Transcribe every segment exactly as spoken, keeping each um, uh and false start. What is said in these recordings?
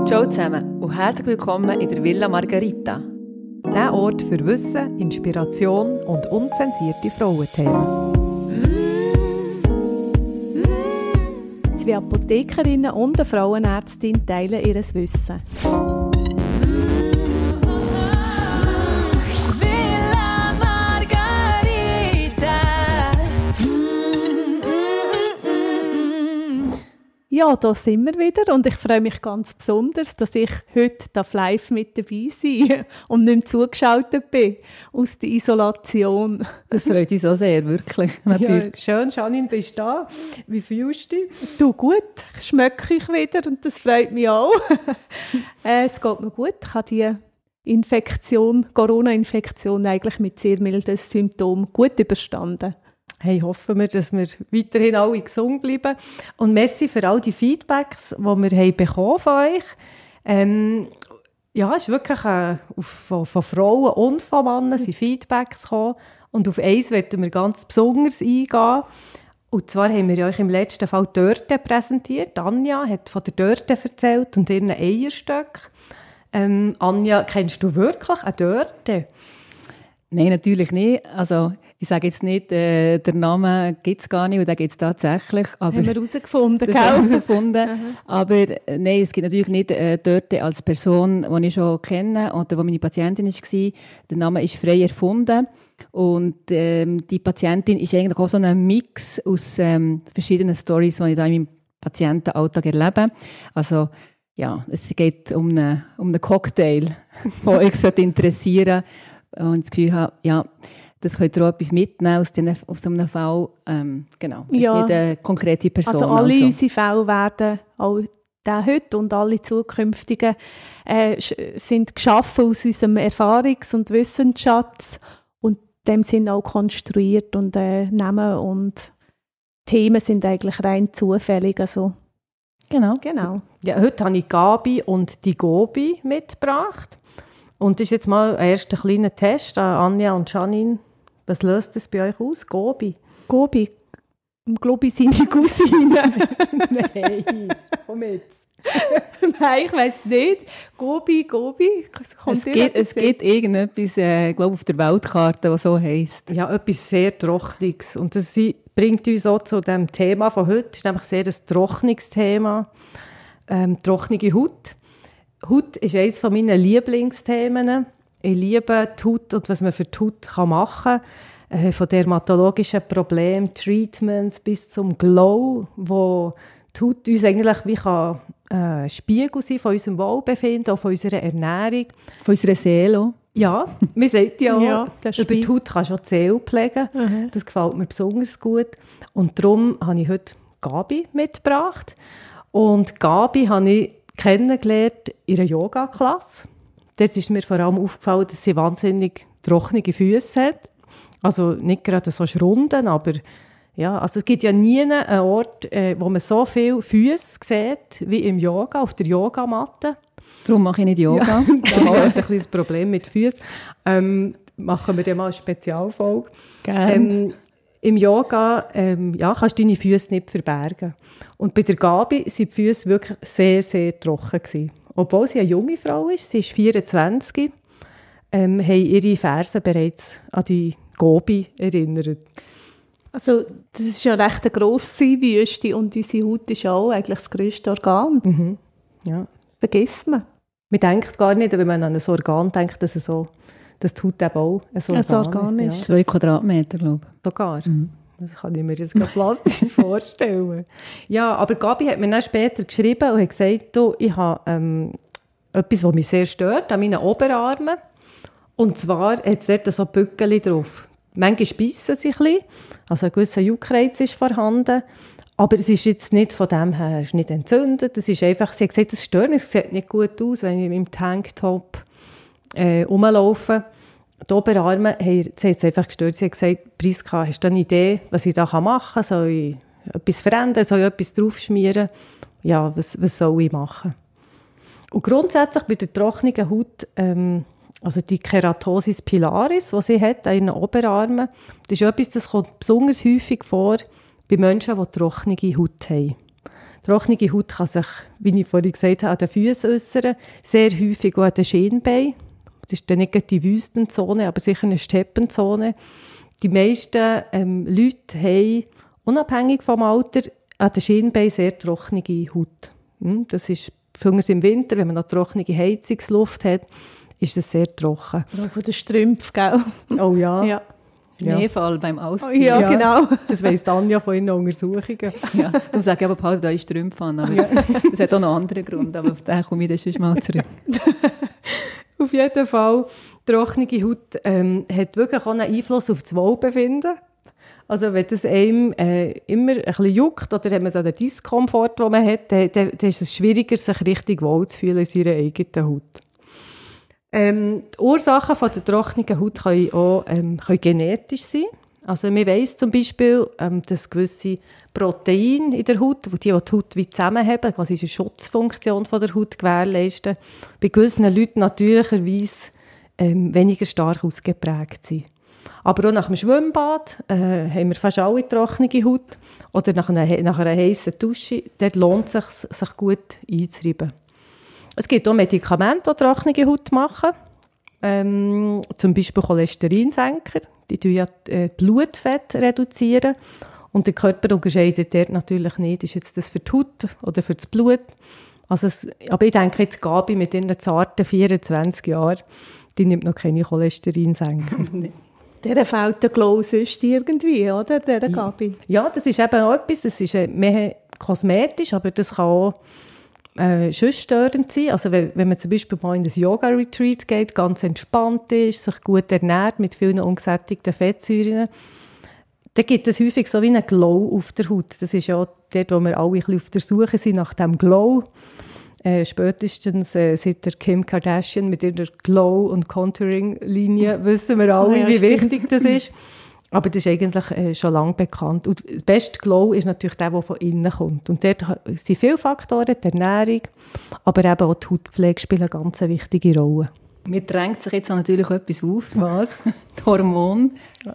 Ciao zusammen und herzlich willkommen in der Villa Margherita. Der Ort für Wissen, Inspiration und unzensierte Frauenthemen. Zwei Apothekerinnen und eine Frauenärztin teilen ihr Wissen. Villa Margherita. Ja, da sind wir wieder und ich freue mich ganz besonders, dass ich heute live mit dabei sein und nicht mehr zugeschaltet bin aus der Isolation. Das freut uns auch sehr, wirklich. Natürlich. Ja, schön, Janine, bist du da. Wie fühlst du dich? Du, gut, ich schmecke ich wieder und das freut mich auch. äh, es geht mir gut. Ich habe die Infektion, Corona-Infektion eigentlich mit sehr milden Symptomen gut überstanden. Hey, hoffen wir, dass wir weiterhin alle gesund bleiben. Und merci für all die Feedbacks, die wir haben bekommen von euch. Ähm, ja, es ist wirklich äh, von, von Frauen und von Männern sind Feedbacks gekommen. Und auf eins möchten wir ganz besonders eingehen. Und zwar haben wir euch im letzten Fall Dörte präsentiert. Anja hat von der Dörte erzählt und ihren Eierstöcken. Ähm, Anja, kennst du wirklich eine Dörte? Nein, natürlich nicht. Also, ich sage jetzt nicht, äh, der Name gibt es gar nicht und den gibt es tatsächlich. Aber Haben wir herausgefunden, das haben wir herausgefunden. Aber äh, nein, es gibt natürlich nicht äh, Dörte als Person, die ich schon kenne oder die meine Patientin war. Der Name ist frei erfunden. Und ähm, die Patientin ist eigentlich auch so ein Mix aus ähm, verschiedenen Storys, die ich da in meinem Patientenalltag erlebe. Also, ja, es geht um einen, um einen Cocktail, der euch interessieren sollte. Und das Gefühl habe, ja, das könnt ihr auch etwas mitnehmen aus, den, aus so einem Fall. Ähm, genau, es Ja. ist nicht eine konkrete Person. Also alle also. unsere Fälle werden, auch der heute und alle zukünftigen, äh, sind geschaffen aus unserem Erfahrungs- und Wissensschatz und in dem Sinn auch konstruiert und äh, Namen und Themen sind eigentlich rein zufällig. Also, Genau. genau. Ja, heute habe ich Gabi und die Gobi mitgebracht. Und das ist jetzt mal ein erster kleiner Test an Anja und Janine. Was löst das bei euch aus? Gobi? Gobi, Globi seine Cousine. Nein, komm jetzt. Nein, ich weiss nicht. Gobi, Gobi. Kommt Es dir gibt, etwas es gibt irgendetwas, äh, glaube auf der Weltkarte, das so heisst. Ja, etwas sehr Trockniges. Und das bringt uns auch zu dem Thema von heute. Das ist nämlich sehr ein Trocknungsthema. Ähm, trockene Haut. Haut ist eines meiner Lieblingsthemen. Ich liebe die Haut und was man für die Haut machen kann. Äh, von dermatologischen Problemen, Treatments bis zum Glow, wo die Haut uns eigentlich wie kann, äh, Spiegel sein von unserem Wohlbefinden, auch von unserer Ernährung. Von unserer Seele auch. Ja, man sagt ja, Ja, das über die stimmt. Haut kannst du auch die Seele pflegen. Mhm. Das gefällt mir besonders gut. Und darum habe ich heute Gabi mitgebracht. Und Gabi habe ich kennengelernt in einer Yoga-Klasse. Dort ist mir vor allem aufgefallen, dass sie wahnsinnig trockene Füße hat. Also nicht gerade so Schrunden, aber ja, also es gibt ja nie einen Ort, äh, wo man so viele Füße sieht wie im Yoga, auf der Yogamatte. Darum mache ich nicht Yoga. Ja, ich habe ein kleines Problem mit Füßen. Ähm, machen wir dann mal eine Spezialfolge. Gerne. Ähm, Im Yoga ähm, ja, kannst du deine Füße nicht verbergen. Und bei der Gabi waren die Füße wirklich sehr, sehr trocken gewesen. Obwohl sie eine junge Frau ist, sie ist vierundzwanzig, ähm, haben ihre Fersen bereits an die Gabi erinnert. Also, das ist ja recht eine grosse Wüste und unsere Haut ist auch eigentlich das grösste Organ. Mhm. Ja. Vergisst man. Man denkt gar nicht, wenn man an ein Organ denkt, dass, es so, dass die Haut eben auch ein Organ, Ein Organ ist. Ja. Zwei Quadratmeter, glaube ich. Sogar. Das kann ich mir jetzt gerade plastisch vorstellen. Ja, aber Gabi hat mir dann später geschrieben und hat gesagt, du, ich habe ähm, etwas, was mich sehr stört, an meinen Oberarmen. Und zwar hat es dort so Bückeli drauf. Manchmal beißen sie ein bisschen, also ein gewisser Juckreiz ist vorhanden. Aber es ist jetzt nicht von dem her, es ist nicht entzündet. Es ist einfach, sie hat gesagt, es stört mich, es sieht nicht gut aus, wenn ich mit dem Tanktop äh, rumlaufe. Die Oberarme haben sie jetzt einfach gestört. Sie hat gesagt, Priska, hast du eine Idee, was ich da machen kann? Soll ich etwas verändern? Soll ich etwas draufschmieren? Ja, was, was soll ich machen? Und grundsätzlich bei der trockenen Haut, ähm, also die Keratosis pilaris, die sie hat an ihren Oberarmen, das ist etwas, das kommt besonders häufig vor bei Menschen, die trockene Haut haben. Trockene Haut kann sich, wie ich vorhin gesagt habe, an den Füßen äußern, sehr häufig auch an den Schienbeinen. Das ist dann nicht die Wüstenzone, aber sicher eine Steppenzone. Die meisten ähm, Leute haben, unabhängig vom Alter, an den Schienbeinen sehr trockene Haut. Hm, das ist besonders im Winter, wenn man noch trockene Heizungsluft hat, ist das sehr trocken. Auch von den Strümpfen, gell? Oh ja. Ja. Schneefall beim Ausziehen. Ja, ja, genau. Das weiss Tanja von ihren Untersuchungen. Ja, darum sage ich aber, behaltet eure Strümpfe an. Aber ja. Das hat auch noch einen anderen Grund, aber auf den komme ich dann schon mal zurück. Auf jeden Fall, trockene Haut ähm, hat wirklich auch einen Einfluss auf das Wohlbefinden. Also wenn es einem äh, immer ein bisschen juckt oder hat man da den Diskomfort, den man hat, dann, dann, dann ist es schwieriger, sich richtig wohl zu fühlen in seiner eigenen Haut. Ähm, die Ursachen von der trockenen Haut können auch ähm, können genetisch sein. Also man weiss zum Beispiel, ähm, dass gewisse Proteine in der Haut, die die Haut wie zusammenhaben, quasi eine Schutzfunktion von der Haut gewährleisten, bei gewissen Leuten natürlicherweise ähm, weniger stark ausgeprägt sind. Aber auch nach dem Schwimmbad äh, haben wir fast alle trockene Haut. Oder nach einer, nach einer heissen Dusche. Dort lohnt es sich, sich gut einzureiben. Es gibt auch Medikamente, die trockene Haut machen. Ähm, zum Beispiel Cholesterinsenker. Die reduzieren ja äh, Blutfett. Reduzieren. Und der Körper unterscheidet dort natürlich nicht, ist jetzt das für die Haut oder für das Blut. Also es, aber ich denke, jetzt Gabi mit ihren zarten vierundzwanzig Jahren, die nimmt noch keine Cholesterinsenker. Der fehlt der Glow sonst irgendwie, oder? Der Gabi. Ja, das ist eben auch etwas, das ist mehr kosmetisch, aber das kann auch äh, schon störend sein. Also wenn, wenn man zum Beispiel mal in ein Yoga-Retreat geht, ganz entspannt ist, sich gut ernährt mit vielen ungesättigten Fettsäuren, dann gibt es häufig so wie einen Glow auf der Haut. Das ist ja dort, wo wir alle ein bisschen auf der Suche sind nach dem Glow. Äh, spätestens äh, seit der Kim Kardashian mit ihrer Glow- und Contouring-Linie wissen wir alle, ja, wie stimmt. Wichtig das ist. Aber das ist eigentlich äh, schon lange bekannt. Und der beste Glow ist natürlich der, der von innen kommt. Und dort sind viele Faktoren, die Ernährung, aber eben auch die Hautpflege spielt eine ganz wichtige Rolle. Mir drängt sich jetzt auch natürlich etwas auf. Was? Die Hormone.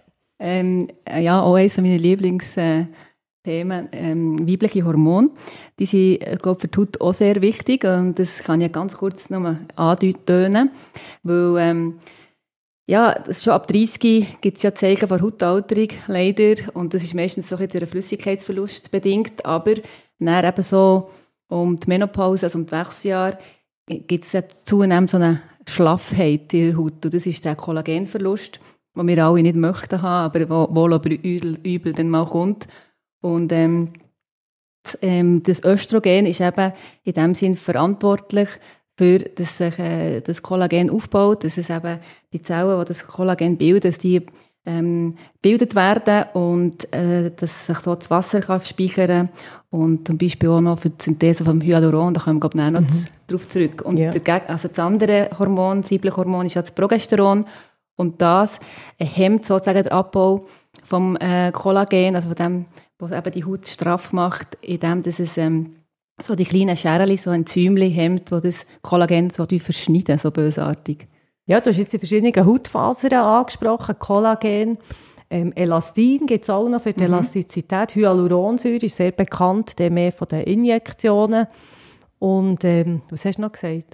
Ähm, ja, auch eines meiner Lieblings- äh, Themen, ähm, weibliche Hormone, die sind, äh, glaube für die Haut auch sehr wichtig und das kann ich ganz kurz noch mal andeuten, weil ähm, ja, schon ab dreißig gibt es ja Zeichen von Hautalterung, leider, und das ist meistens so ein bisschen durch einen Flüssigkeitsverlust bedingt, aber dann eben so um die Menopause, also um die Wechseljahre, gibt es ja zunehmend so eine Schlaffheit in der Haut und das ist der Kollagenverlust, den wir alle nicht möchten haben, aber wo wohl aber übel, übel dann mal kommt. Und ähm, das, ähm, das Östrogen ist eben in dem Sinn verantwortlich für, dass sich äh, das Kollagen aufbaut, dass es eben die Zellen, die das Kollagen bilden, dass die ähm, gebildet werden und äh, dass sich so das Wasser kann speichern und zum Beispiel auch noch für die Synthese vom Hyaluron, da kommen wir glaube ich noch mhm. darauf zurück. Und ja. der, also das andere Hormon, das weibliche Hormon, ist ja das Progesteron und das hemmt sozusagen den Abbau vom äh, Kollagen, also von dem, was eben die Haut straff macht, indem dass es ähm, so die kleinen Scherchen, so Enzymchen hemmt, die das Kollagen so verschneiden, so bösartig. Ja, du hast jetzt die verschiedenen Hautfasern angesprochen, Kollagen, ähm, Elastin gibt es auch noch für die mhm. Elastizität, Hyaluronsäure ist sehr bekannt, der mehr von den Injektionen. Und ähm, was hast du noch gesagt?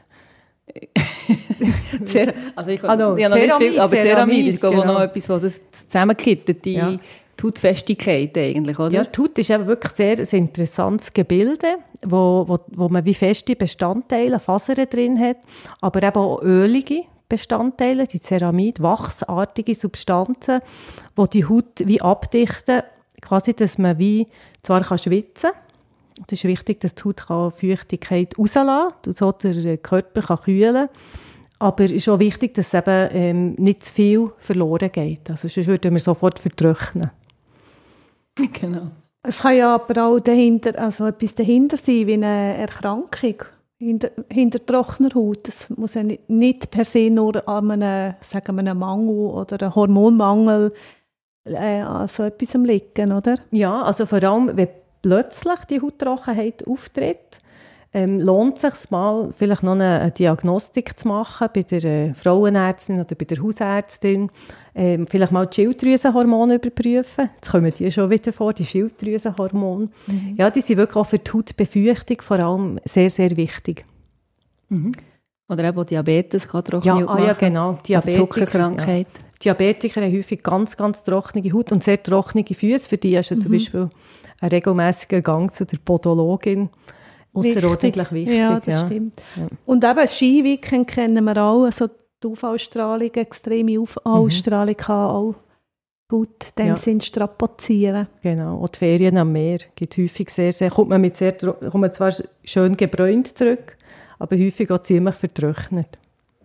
Cer- also ich, ah, no, ich habe noch Ceramid, nicht viel, aber Ceramid, Ceramid ist glaube ich genau. noch etwas, was das zusammenkittet, die ja. die Hautfestigkeit eigentlich, oder? Ja, die Haut ist eben wirklich sehr ein interessantes Gebilde, wo, wo, wo man wie feste Bestandteile, Fasern drin hat, aber eben auch ölige Bestandteile, die Ceramid, wachsartige Substanzen, die die Haut wie abdichten, quasi, dass man wie zwar kann schwitzen kann. Es ist wichtig, dass die Haut kann Feuchtigkeit rauslassen kann, so der Körper kann kühlen. Aber es ist auch wichtig, dass eben ähm, nicht zu viel verloren geht. Also sonst würden wir sofort vertrocknen. Genau. Es kann ja aber auch dahinter, also etwas dahinter sein, wie eine Erkrankung hinter, hinter trockener Haut. Es muss ja nicht, nicht per se nur an einem, sagen wir, einem Mangel oder einem Hormonmangel äh, an so etwas liegen, oder? Ja, also vor allem, wenn plötzlich die Hauttrockenheit auftritt, ähm, lohnt es sich mal, vielleicht noch eine, eine Diagnostik zu machen bei der äh, Frauenärztin oder bei der Hausärztin. Ähm, vielleicht mal die Schilddrüsenhormone überprüfen. Jetzt kommen die schon wieder vor, die Schilddrüsenhormone. Mhm. Ja, die sind wirklich auch für die Hautbefeuchtung vor allem sehr, sehr wichtig. Mhm. Oder eben Diabetes kann trockene ja, Haut ah, machen. Ja, genau. Diabetiker, also Zuckerkrankheit. Ja. Diabetiker haben häufig ganz, ganz trockene Haut und sehr trockene Füße. Für die ist ja mhm. zum Beispiel ein regelmäßiger Gang zu der Podologin ausserordentlich wichtig. Ja, das ja. stimmt. Ja. Und eben Skiweekend kennen wir auch, also die U V-Strahlung, extreme U V-Strahlung mhm. kann auch gut in dem ja. Sinn strapazieren. Genau, und die Ferien am Meer gibt häufig sehr, sehr, kommt man, mit sehr, kommt man zwar schön gebräunt zurück, aber häufig auch ziemlich vertrocknet.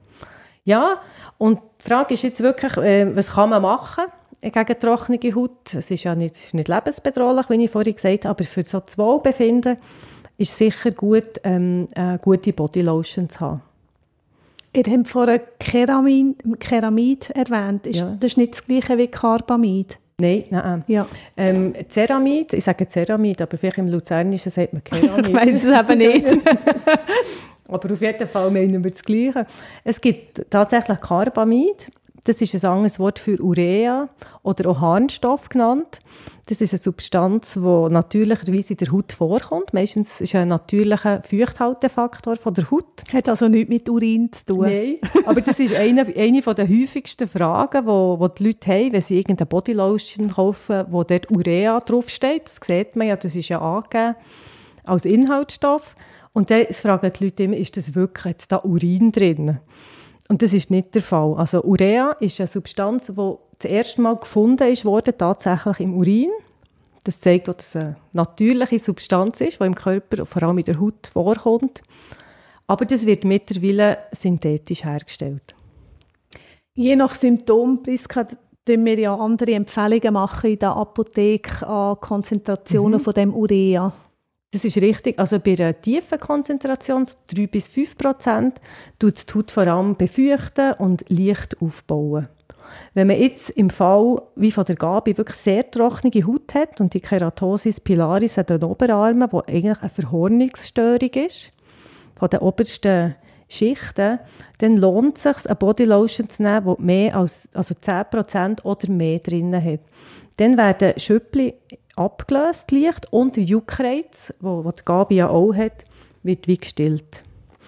Ja, und die Frage ist jetzt wirklich, äh, was kann man machen gegen trockene Haut? Es ist ja nicht, nicht lebensbedrohlich, wie ich vorhin gesagt habe, aber für so das Wohlbefinden ist es sicher gut, ähm, eine gute Bodylotion zu haben. Ihr habt vorhin Keramid, Keramid erwähnt. Ist, ja. Das ist nicht das Gleiche wie Carbamid? Nein, nein. Ja. Ähm, Ceramid, ich sage Ceramid, aber vielleicht im Luzernischen sagt man Keramid. Ich weiss es eben nicht. Aber auf jeden Fall meinen wir das Gleiche. Es gibt tatsächlich Carbamid. Das ist ein anderes Wort für Urea oder auch Harnstoff genannt. Das ist eine Substanz, die natürlicherweise in der Haut vorkommt. Meistens ist es ein natürlicher Feuchthaltefaktor von der Haut. Hat also nichts mit Urin zu tun? Nein, aber das ist eine, eine der häufigsten Fragen, die die Leute haben, wenn sie irgendeine Bodylotion kaufen, wo dort Urea draufsteht. Das sieht man ja, das ist ja angegeben als Inhaltsstoff. Und dann fragen die Leute immer, ist das wirklich jetzt da Urin drin? Und das ist nicht der Fall. Also Urea ist eine Substanz, die das erste Mal gefunden ist, wurde tatsächlich im Urin. Das zeigt auch, dass es eine natürliche Substanz ist, die im Körper, vor allem in der Haut, vorkommt. Aber das wird mittlerweile synthetisch hergestellt. Je nach Symptom, Priska, können wir ja andere Empfehlungen machen in der Apotheke an Konzentrationen mhm. von dem Urea. Das ist richtig. Also bei einer tiefen Konzentration, drei bis fünf Prozent, tut die Haut vor allem befeuchten und leicht aufbauen. Wenn man jetzt im Fall, wie von der Gabi, wirklich sehr trockene Haut hat und die Keratosis pilaris an den Oberarmen, die eigentlich eine Verhornungsstörung ist, von den obersten Schichten, dann lohnt es sich, eine Bodylotion zu nehmen, die mehr als also zehn Prozent oder mehr drin hat. Dann werden Schüppli abgelöst, leicht, und der Juckreiz, den die Gabi ja auch hat, wird wie gestillt.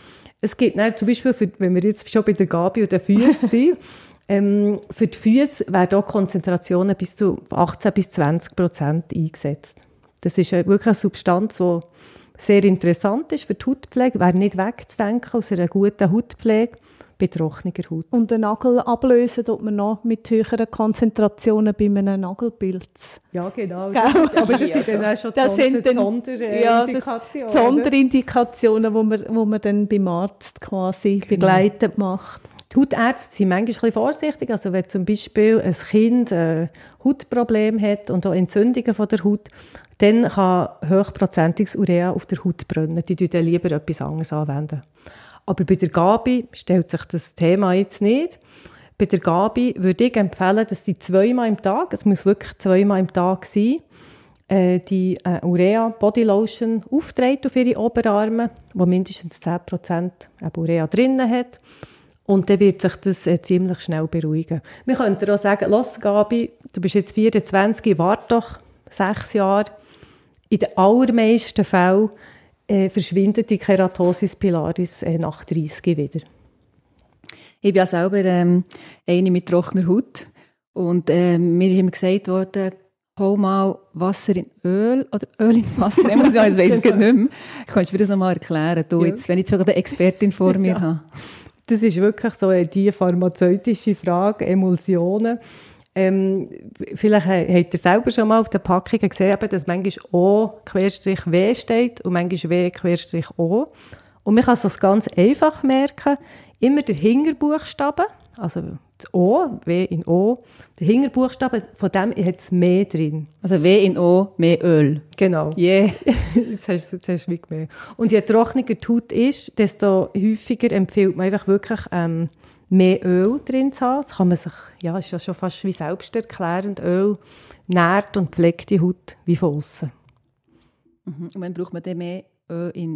Es gibt dann, zum Beispiel, für, wenn wir jetzt schon bei der Gabi und den Füßen sind, ähm, für die Füße werden auch Konzentrationen bis zu achtzehn bis zwanzig Prozent eingesetzt. Das ist wirklich eine Substanz, die sehr interessant ist für die Hautpflege, wäre nicht wegzudenken aus einer guten Hautpflege bei trockener Haut. Und den Nagel ablösen tut man noch mit höheren Konzentrationen bei einem Nagelpilz. Ja, genau. Das sind, aber das sind dann auch schon das sind dann, Sonderindikationen. Ja, Sonderindikationen, die man, wo man dann beim Arzt quasi genau. begleitet macht. Die Hautärzte sind manchmal ein bisschen vorsichtig. Also wenn zum Beispiel ein Kind ein Hautproblem hat und auch Entzündungen von der Haut, dann kann hochprozentiges Urea auf der Haut brennen. Die dann lieber etwas anderes anwenden. Aber bei der Gabi stellt sich das Thema jetzt nicht. Bei der Gabi würde ich empfehlen, dass sie zweimal im Tag, es muss wirklich zweimal im Tag sein, äh, die äh, Urea Bodylotion aufträgt auf ihre Oberarme, wo mindestens zehn Prozent Urea drin hat. Und dann wird sich das äh, ziemlich schnell beruhigen. Wir könnten auch sagen, los Gabi, du bist jetzt vierundzwanzig, warte doch sechs Jahre. In den allermeisten Fällen Äh, verschwindet die Keratosis pilaris äh, nach dreißig wieder. Ich bin ja selber ähm, eine mit trockener Haut. Und äh, mir ist immer gesagt worden, hol mal Wasser in Öl oder Öl in Wasser. Ich weiß es nicht mehr. Kannst du mir das nochmal erklären, du, jetzt, wenn ich schon eine Expertin vor mir ja. habe? Das ist wirklich so äh, die pharmazeutische Frage, Emulsionen. Ähm, vielleicht habt ihr selber schon mal auf den Packungen gesehen, dass manchmal O Querstrich W steht und manchmal W Querstrich O. Und man kann es ganz einfach merken, immer der Hinterbuchstabe, also das O, W in O, der Hinterbuchstabe, von dem hat es mehr drin. Also W in O, mehr Öl. Genau. Yeah. jetzt hast, jetzt hast du wie mehr. Und je trockener die Haut ist, desto häufiger empfiehlt man einfach wirklich ähm, mehr Öl drin zu haben. Das kann man sich, ja, ist ja schon fast wie selbsterklärend. Öl nährt und pflegt die Haut wie von außen. Mhm. Und wann braucht man dann mehr Öl in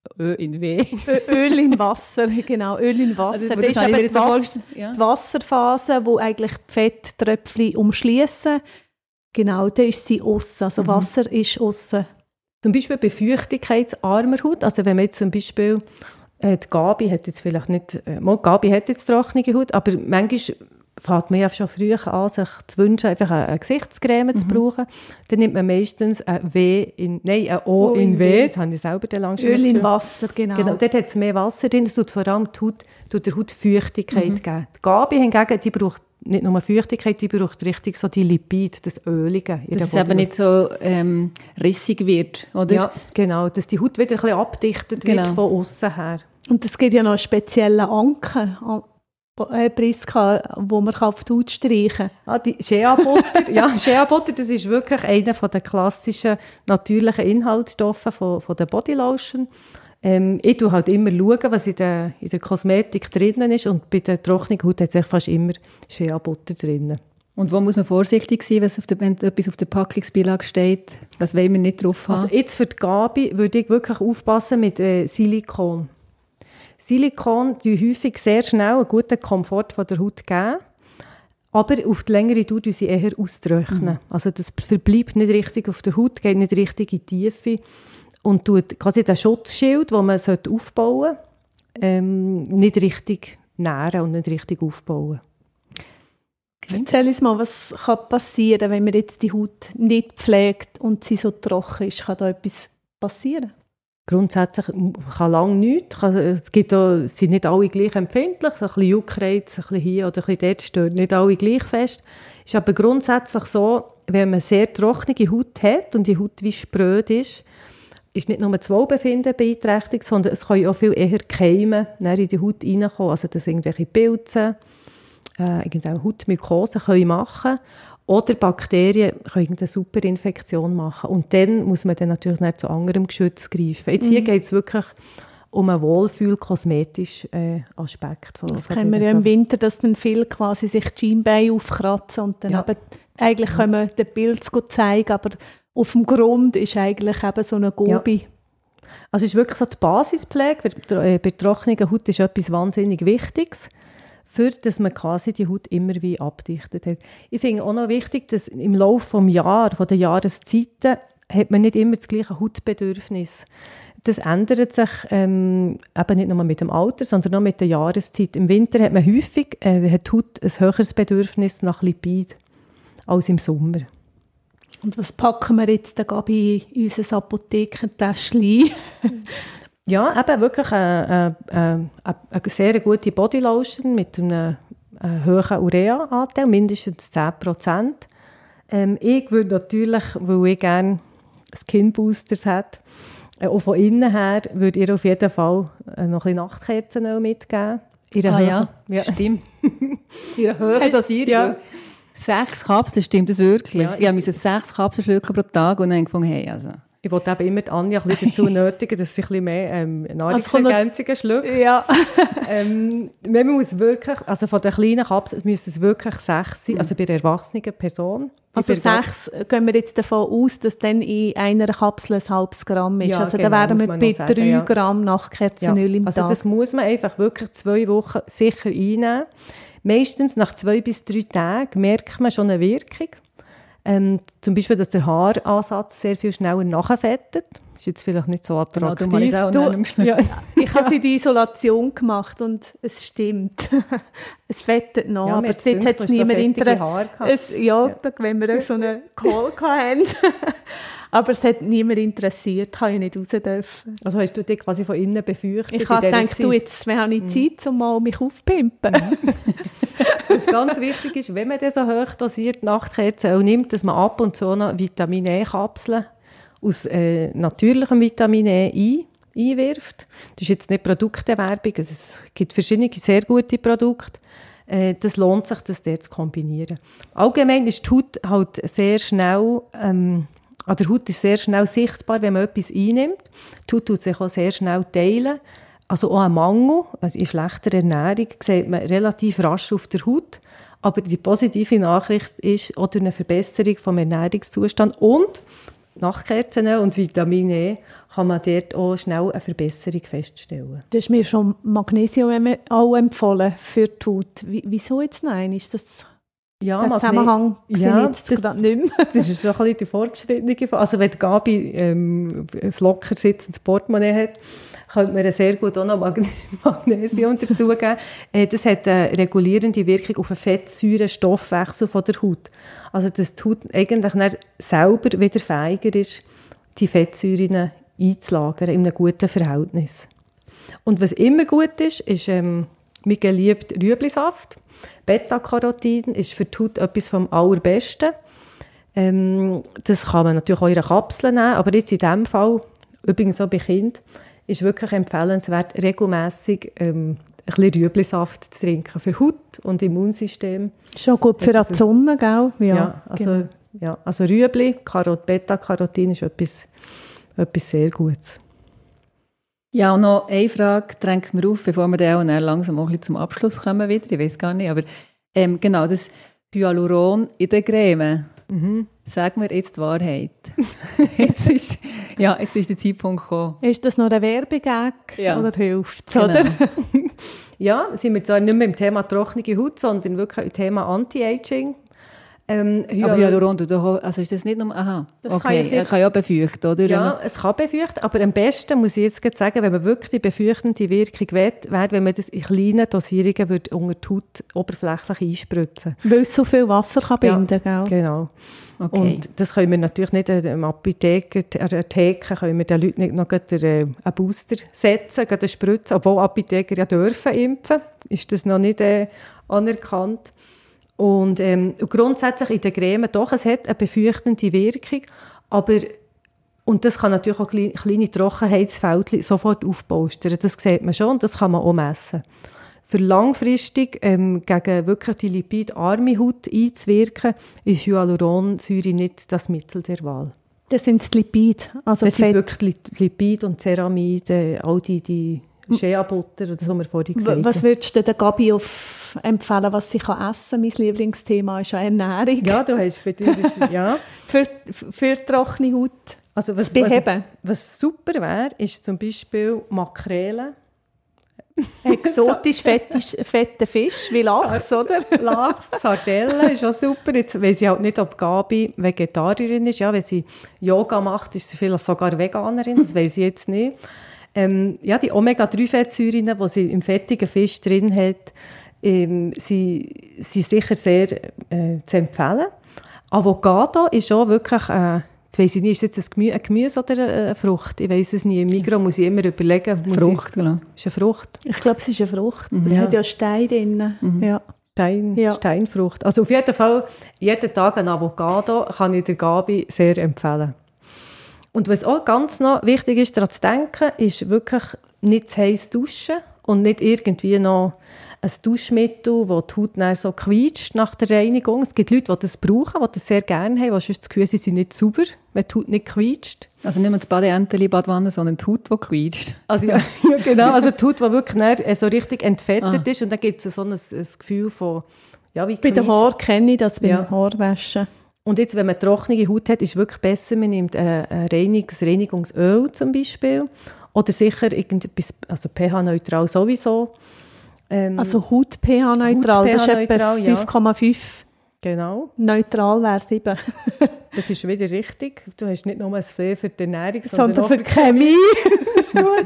Ö in W. Öl in Wasser, genau, Öl in Wasser. Also, das, das ist eben die, so Wasser, ja. die Wasserphase, wo eigentlich die Fetttröpfchen umschließen. Genau, da ist sie aussen. Also mhm. Wasser ist aussen. Zum Beispiel bei feuchtigkeitsarmer Haut, also wenn man jetzt zum Beispiel, äh, die Gabi hat jetzt vielleicht nicht, äh, mal, Gabi hat jetzt trockene Haut, aber manchmal fängt man ja schon früher an, sich zu wünschen, einfach eine, eine Gesichtscreme mhm. zu brauchen. Dann nimmt man meistens ein W in, nein, ein O, o in, in W, w. Das habe ich selber dann langsam Öl in Wasser, genau. Genau, dort hat es mehr Wasser drin, das tut vor allem die Haut, tut der Haut Feuchtigkeit mhm. geben. Die Gabi hingegen, die braucht nicht nur Feuchtigkeit, die braucht richtig so die Lipid, das Ölige. Dass es eben nicht so ähm, rissig wird, oder? Ja, genau, dass die Haut wieder ein bisschen abdichtet genau. wird von außen her. Und es gibt ja noch einen speziellen Anken, äh, Priska, wo man auf die Haut streichen kann. Ah, die Shea Butter, ja, Shea Butter, das ist wirklich einer der klassischen natürlichen Inhaltsstoffe von, von der Bodylotion. Ähm, ich schaue halt immer, schauen, was in der, in der Kosmetik drinnen ist, und bei der trockenen Haut hat es fast immer Shea Butter drinnen. Und wo muss man vorsichtig sein, was auf der, wenn etwas auf der Packungsbeilage steht? Was wollen wir nicht drauf haben? Also jetzt für die Gabi würde ich wirklich aufpassen mit äh, Silikon. Silikon geben häufig sehr schnell einen guten Komfort von der Haut geben, aber auf die längere Dauer sie eher austrocknen. Mhm. Also das verbleibt nicht richtig auf der Haut, geht nicht richtig in die Tiefe und tut quasi den Schutzschild, den man aufbauen sollte, ähm, nicht richtig nähren und nicht richtig aufbauen. Okay. Erzähl uns mal, was kann passieren, wenn man jetzt die Haut nicht pflegt und sie so trocken ist? Kann da etwas passieren? Grundsätzlich kann lange nichts. Es gibt auch, sind nicht alle gleich empfindlich. So ein bisschen Juckreiz, ein bisschen hier oder ein bisschen dort stört nicht alle gleich fest. Es ist aber grundsätzlich so, wenn man sehr trockene Haut hat und die Haut wie spröd ist, ist nicht nur das Wohlbefinden beeinträchtigt, sondern es kann auch viel eher Keime in die Haut reinkommen. Also dass irgendwelche Pilze, äh, irgendeine Hautmykose können machen oder Bakterien können irgendeine Superinfektion machen. Und dann muss man dann natürlich nicht zu anderem Geschütz greifen. Jetzt mhm. hier geht es wirklich um einen wohlfühl-kosmetischen äh, Aspekt. Von, das von kennen wir ja im Winter, dass dann viele quasi sich die Schienbeine aufkratzen und dann ja. eben, eigentlich können wir den Pilz zeigen, aber auf dem Grund ist eigentlich eben so eine Gobi. Ja. Also es ist wirklich so die Basispflege. Bei, bei trockener Haut ist etwas wahnsinnig Wichtiges, für dass man quasi die Haut immer wie abdichtet hat. Ich finde auch noch wichtig, dass im Laufe des Jahres, von den Jahreszeiten, hat man nicht immer das gleiche Hautbedürfnis. Das ändert sich ähm, eben nicht nur mit dem Alter, sondern auch mit der Jahreszeit. Im Winter hat man häufig äh, hat die Haut ein höheres Bedürfnis nach Lipid als im Sommer. Und was packen wir jetzt da Gabi in unser Apothekentäschchen? Ja, eben wirklich eine, eine, eine sehr gute Bodylotion mit einem, einem hohen Urea-Anteil, mindestens zehn Prozent. Ähm, ich würde natürlich, weil ich gerne Skin-Boosters habe, äh, auch von innen her, würde ihr auf jeden Fall äh, noch ein bisschen Nachtkerzenöl mitgeben. Ihre ah ja, ja, stimmt. Ihre hohe Dosierung. Ja. Sechs Kapseln, stimmt das wirklich? Ja, ich musste sechs Kapseln schlucken pro Tag und dann gefunden, hey, also... Ich wollte eben immer die Anja ein bisschen dazu nötigen, dass sie ein bisschen mehr ähm, Nahrungsergänzungen schluckt. Ja. ähm, man muss wirklich, also von den kleinen Kapseln müssen es wirklich sechs sein, also bei einer erwachsenen Person. Also sechs gehen wir jetzt davon aus, dass dann in einer Kapsel ein halbes Gramm ist. Ja, also genau, da wären wir bei sagen, drei ja. Gramm Nachtkerzenöl ja. im also Tag. Also das muss man einfach wirklich zwei Wochen sicher einnehmen. Meistens nach zwei bis drei Tagen merkt man schon eine Wirkung. Ähm, zum Beispiel, dass der Haaransatz sehr viel schneller nachfettet. Das ist jetzt vielleicht nicht so attraktiv. Genau, du, du, ja, ich habe sie die Isolation gemacht und es stimmt. Es fettet noch, ja, aber dort hat es niemand interessiert. Ja, ja, wenn wir so einen Call hatten. Aber es hat niemand interessiert, kann ich nicht raus dürfen. Also hast du dich quasi von innen befürchtet? Ich habe gedacht, du, jetzt habe ich Zeit, um mal mich aufpimpen. Was ganz wichtig ist, wenn man das so hoch dosiert Nachtkerzen nimmt, dass man ab und zu noch Vitamin E-Kapseln aus äh, natürlichem Vitamin E ein, einwirft. Das ist jetzt nicht Produktewerbung, also es gibt verschiedene sehr gute Produkte. Äh, das lohnt sich, das dort zu kombinieren. Allgemein ist die Haut halt sehr schnell... Ähm, An der Haut ist sehr schnell sichtbar, wenn man etwas einnimmt. Die Haut tut sich auch sehr schnell teilen. Also auch ein Mangel, also in schlechter Ernährung, sieht man relativ rasch auf der Haut. Aber die positive Nachricht ist auch durch eine Verbesserung des Ernährungszustands und Nachtkerzen und Vitamin E kann man dort auch schnell eine Verbesserung feststellen. Du hast mir schon Magnesium auch empfohlen für die Haut. Wie, wieso jetzt nein? Ist das ja, der Zusammenhang ja, jetzt gerade nicht mehr? Das ist schon ein bisschen die fortgeschrittene Phase. Also wenn Gabi ähm, ein locker sitzendes Portemonnaie hat, könnte man sehr gut auch noch Magne- Magnesium dazugeben. Äh, das hat eine regulierende Wirkung auf den Fettsäurenstoffwechsel von der Haut. Also dass die Haut eigentlich dann selber wieder fähiger ist, die Fettsäuren einzulagern in einem guten Verhältnis. Und was immer gut ist, ist ähm, mein geliebter Rüeblisaft. Beta-Carotin ist für die Haut etwas vom Allerbesten. Ähm, das kann man natürlich auch in einer Kapsel nehmen, aber jetzt in diesem Fall, übrigens auch bei Kindern, ist wirklich empfehlenswert, regelmässig ähm, ein bisschen Rüeblisaft zu trinken für Haut und Immunsystem. Schon gut für die Sonne, gell? Ja, ja, also, genau. ja, also Rüebli, Karot, Beta-Carotin ist etwas, etwas sehr Gutes. Ja, und noch eine Frage drängt mir auf, bevor wir dann auch langsam auch ein bisschen zum Abschluss kommen wieder. Ich weiß gar nicht, aber ähm, genau, das Hyaluron in der Creme. Mhm. Sag mir jetzt die Wahrheit. jetzt, ist, ja, jetzt ist der Zeitpunkt gekommen. Ist das noch ein Werbegag ja. oder hilft es? Genau. Oder? Ja, sind wir zwar nicht mehr im Thema trockene Haut, sondern wirklich im Thema Anti-Aging. Ähm, aber Hyaluron, also ist das nicht nur, aha, das okay, kann er kann ja befeuchten, oder? Ja, es kann befeuchten, aber am besten, muss ich jetzt sagen, wenn man wirklich die befeuchtende Wirkung will, wäre, wenn man das in kleinen Dosierungen würde unter die Haut oberflächlich einspritzen. Weil es so viel Wasser kann binden, ja, gell? Genau. Okay. Und das können wir natürlich nicht am Apotheker, an der Theke, können wir den Leuten nicht noch einen Booster setzen, eine Spritze, obwohl Apotheker ja dürfen impfen, ist das noch nicht äh, anerkannt. Und ähm, grundsätzlich in der Creme doch, es hat eine befeuchtende Wirkung, aber, und das kann natürlich auch kleine, kleine Trockenheitsfältchen sofort aufpolstern, das sieht man schon und das kann man auch messen. Für langfristig ähm, gegen wirklich die lipidarme Haut einzuwirken, ist Hyaluronsäure nicht das Mittel der Wahl. Das sind die Lipide. Also das sind wirklich Lipide und Ceramide, all die, die Shea-Butter, das, was wir vorhin gesagt haben. Was würdest du der Gabi auf empfehlen, was sie kann essen kann? Mein Lieblingsthema ist ja Ernährung. Ja, du hast bei dir das, ja. für, für trockene Haut also was, zu beheben. Was, was super wäre, ist zum Beispiel Makrele. Exotisch fette, fette Fisch, wie Lachs, oder? Lachs, Sardellen ist auch super. Jetzt weiss ich halt nicht, ob Gabi Vegetarierin ist. Ja, wenn sie Yoga macht, ist sie vielleicht sogar Veganerin. Das weiss ich jetzt nicht. Ähm, ja, die Omega drei Fettsäuren, die sie im fettigen Fisch drin hat, ähm, sind, sind sicher sehr äh, zu empfehlen. Avocado ist auch wirklich, äh, ich weiss nicht, ist jetzt ein Gemüse, ein Gemüse oder eine Frucht? Ich weiss es nicht. Im Migros muss ich immer überlegen. Frucht, genau. Ist eine Frucht? Ich glaube, es ist eine Frucht. Mhm. Es Ja. hat ja Stein drin. Mhm. Ja. Stein, Ja. Steinfrucht. Also auf jeden Fall, jeden Tag ein Avocado kann ich der Gabi sehr empfehlen. Und was auch ganz noch wichtig ist, daran zu denken, ist wirklich nicht zu heiß duschen und nicht irgendwie noch ein Duschmittel, das die Haut dann so quietscht nach der Reinigung. Es gibt Leute, die das brauchen, die das sehr gerne haben, weil sonst das Gefühl, sie sind nicht sauber, wenn die Haut nicht quietscht. Also nicht mehr das Badeenteli, Badwanne, sondern die Haut, die quietscht. Also ja, ja, genau. Also die Haut, die wirklich dann so richtig entfettet ah. ist und dann gibt es so ein, ein Gefühl von, ja, wie bei den Haaren kenne ich das, beim ja. Haarwaschen. Und jetzt, wenn man trockene Haut hat, ist es wirklich besser, man nimmt ein, ein Reinigungs- Reinigungsöl zum Beispiel oder sicher irgendetwas, also pH-neutral sowieso. Ähm, also Haut-pH-neutral, das ist etwa fünf Komma fünf. Genau. Neutral wäre sieben. Das ist wieder richtig. Du hast nicht nur ein Flair für die Ernährung, sondern, sondern auch für die Chemie. Das ist gut.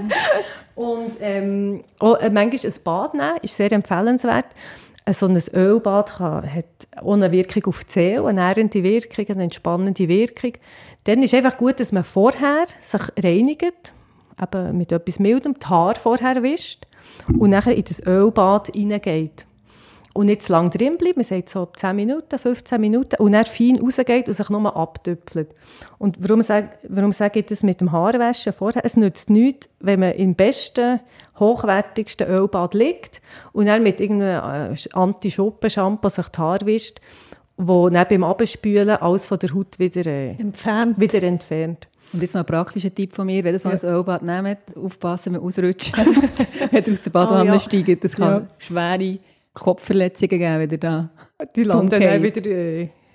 Und ähm, auch, äh, manchmal ein Bad nehmen ist sehr empfehlenswert. So ein Ölbad kann, hat auch eine Wirkung auf die Seele, eine nährende Wirkung, eine entspannende Wirkung. Dann ist es einfach gut, dass man vorher sich reinigt, eben mit etwas Mildem, die Haare vorher wischt und nachher in das Ölbad hineingeht. Und nicht zu lange drin bleibt, man sagt so zehn Minuten, fünfzehn Minuten, und dann fein rausgeht und sich nur abtüpfelt. Und warum sage, warum sage ich das mit dem Haarwaschen vorher? Es nützt nichts, wenn man im besten, hochwertigsten Ölbad liegt und dann mit irgendeinem Anti-Schuppen-Shampoo sich die Haare wischt, wo dann beim Abspülen alles von der Haut wieder, äh, entfernt. wieder entfernt. Und jetzt noch ein praktischer Tipp von mir, wenn ihr so ein ja. Ölbad nehmt, aufpassen, wenn ihr ausrutscht, wenn ihr aus der Badwanne oh, ja. steigt. Das kann ja. schwere Kopfverletzungen geben, wieder da. Die landen dann wieder äh,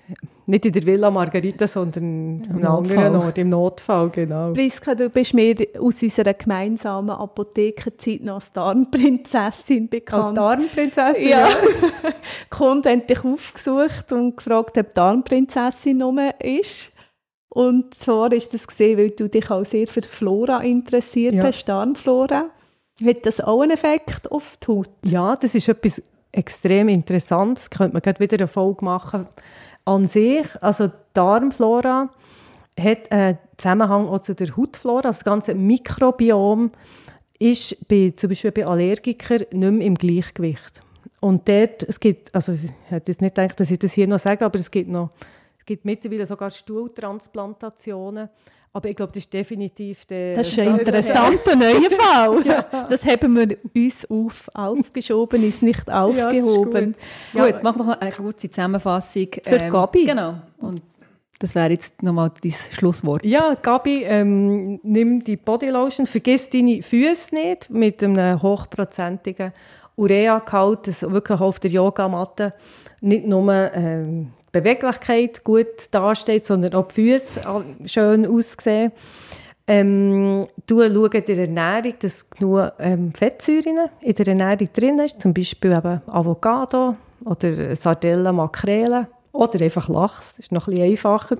nicht in der Villa Margarita, sondern im anderen Ort, im Notfall, genau. Priska, du bist mir aus unserer gemeinsamen Apothekenzeit noch als Darmprinzessin bekannt. Als Darmprinzessin? Ja. Die Kunden haben dich aufgesucht und gefragt, ob Darmprinzessin rum ist. Und zwar ist das gesehen, weil du dich auch sehr für Flora interessiert ja. hast, Darmflora. Hat das auch einen Effekt auf die Haut? Ja, das ist etwas extrem Interessantes. Könnte man gerade wieder eine Folge machen. An sich, also die Darmflora hat einen Zusammenhang auch zu der Hautflora. Also das ganze Mikrobiom ist bei, zum Beispiel bei Allergikern nicht mehr im Gleichgewicht. Und dort, es gibt, also ich hätte jetzt nicht gedacht, dass ich das hier noch sage, aber es gibt noch, es gibt mittlerweile sogar Stuhltransplantationen. Aber ich glaube, das ist definitiv der... Das ist ein interessanter neuer Fall. Ja. Das haben wir uns auf, aufgeschoben, ist nicht aufgehoben. Ja, gut, gut, mach noch eine kurze Zusammenfassung. Für ähm, Gabi. Genau. Und das wäre jetzt nochmal dein Schlusswort. Ja, Gabi, ähm, nimm die Bodylotion, vergiss deine Füße nicht mit einem hochprozentigen Urea-Gehalt, das wirklich auf der Yogamatte nicht nur... Ähm, Beweglichkeit gut dasteht, sondern auch die Füße schön aussehen. Ähm, du schau in der Ernährung, dass genug ähm, Fettsäuren in der Ernährung drin ist, zum Beispiel eben Avocado oder Sardellen, Makrelen oder einfach Lachs, das ist noch ein bisschen einfacher.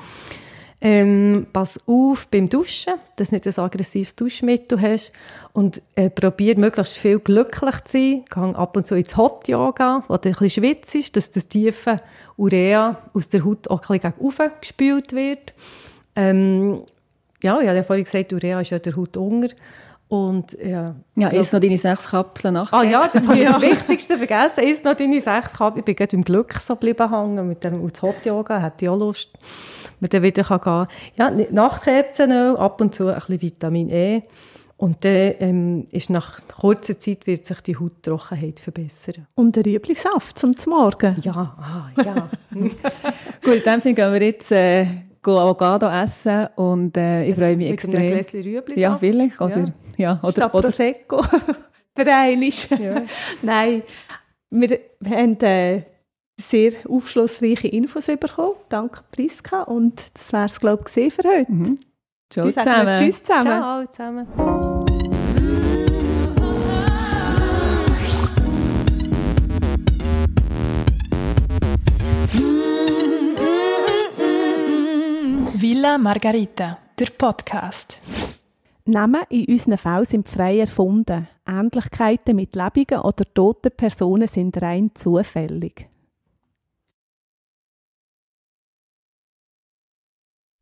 Ähm, pass auf beim Duschen, dass du nicht ein aggressives Duschmittel hast und äh, probier möglichst viel glücklich zu sein. Geh ab und zu ins Hot Yoga, wo du ein bisschen schwitzt, dass das tiefe Urea aus der Haut auch ein bisschen gegen oben gespült wird. Ähm, ja, ich habe ja vorhin gesagt, Urea ist ja der Haut unter. Und, ja, ja, isst noch deine sechs Kapseln nach. Ah ja, das habe ich das Wichtigste vergessen. Isst noch deine sechs Kapseln. Ich bin gerade im Glück so geblieben hängen mit dem Hot Yoga. Hätte ich auch Lust, man dann wieder gehen kann. Ja, Nachtkerzenöl, ab und zu ein bisschen Vitamin E. Und dann ähm, ist nach kurzer Zeit wird sich die Hauttrockenheit verbessern. Und der Rüeblisaft zum Morgen. Ja, ah, ja. Gut, in dem Sinne gehen wir jetzt äh, Avocado essen und äh, ich freue mich extrem. Mit einem Gläschen Rüeblisaft? Ja, vielleicht. Oder, ja. Ja, oder, Statt Prosecco. Vereinisch. Ja. Nein, wir haben äh, sehr aufschlussreiche Infos bekommen. Danke, Priska. Und das wäre es, glaube ich, für heute. Mhm. Ciao zusammen. Tschüss zusammen. Ciao zusammen. Villa Margarita, der Podcast. Namen in unseren Fällen sind frei erfunden. Ähnlichkeiten mit lebenden oder toten Personen sind rein zufällig.